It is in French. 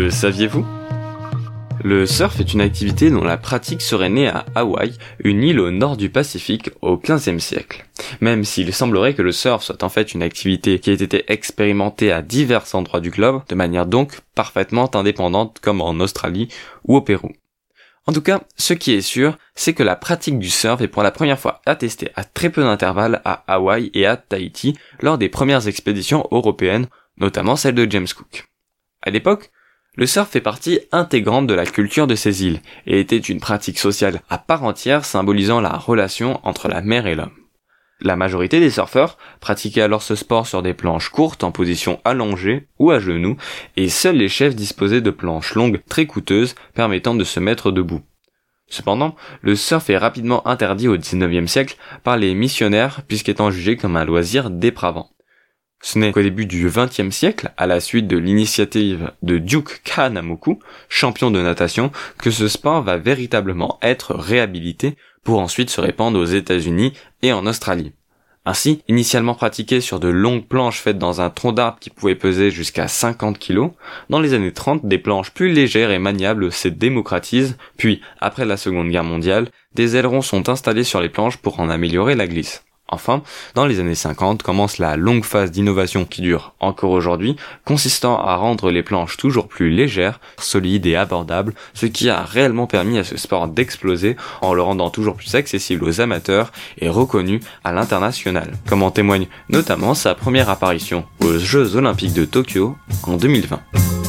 Le saviez-vous ? Le surf est une activité dont la pratique serait née à Hawaï, une île au nord du Pacifique, au XVe siècle. Même s'il semblerait que le surf soit en fait une activité qui ait été expérimentée à divers endroits du globe, de manière donc parfaitement indépendante comme en Australie ou au Pérou. En tout cas, ce qui est sûr, c'est que la pratique du surf est pour la première fois attestée à très peu d'intervalles à Hawaï et à Tahiti lors des premières expéditions européennes, notamment celle de James Cook. À l'époque, le surf fait partie intégrante de la culture de ces îles et était une pratique sociale à part entière symbolisant la relation entre la mer et l'homme. La majorité des surfeurs pratiquaient alors ce sport sur des planches courtes en position allongée ou à genoux et seuls les chefs disposaient de planches longues très coûteuses permettant de se mettre debout. Cependant, le surf est rapidement interdit au XIXe siècle par les missionnaires puisqu'étant jugé comme un loisir dépravant. Ce n'est qu'au début du XXe siècle, à la suite de l'initiative de Duke Kahanamoku, champion de natation, que ce sport va véritablement être réhabilité pour ensuite se répandre aux États-Unis et en Australie. Ainsi, initialement pratiqué sur de longues planches faites dans un tronc d'arbre qui pouvait peser jusqu'à 50 kg, dans les années 30, des planches plus légères et maniables se démocratisent, puis, après la Seconde Guerre mondiale, des ailerons sont installés sur les planches pour en améliorer la glisse. Enfin, dans les années 50 commence la longue phase d'innovation qui dure encore aujourd'hui, consistant à rendre les planches toujours plus légères, solides et abordables, ce qui a réellement permis à ce sport d'exploser en le rendant toujours plus accessible aux amateurs et reconnu à l'international, comme en témoigne notamment sa première apparition aux Jeux Olympiques de Tokyo en 2020.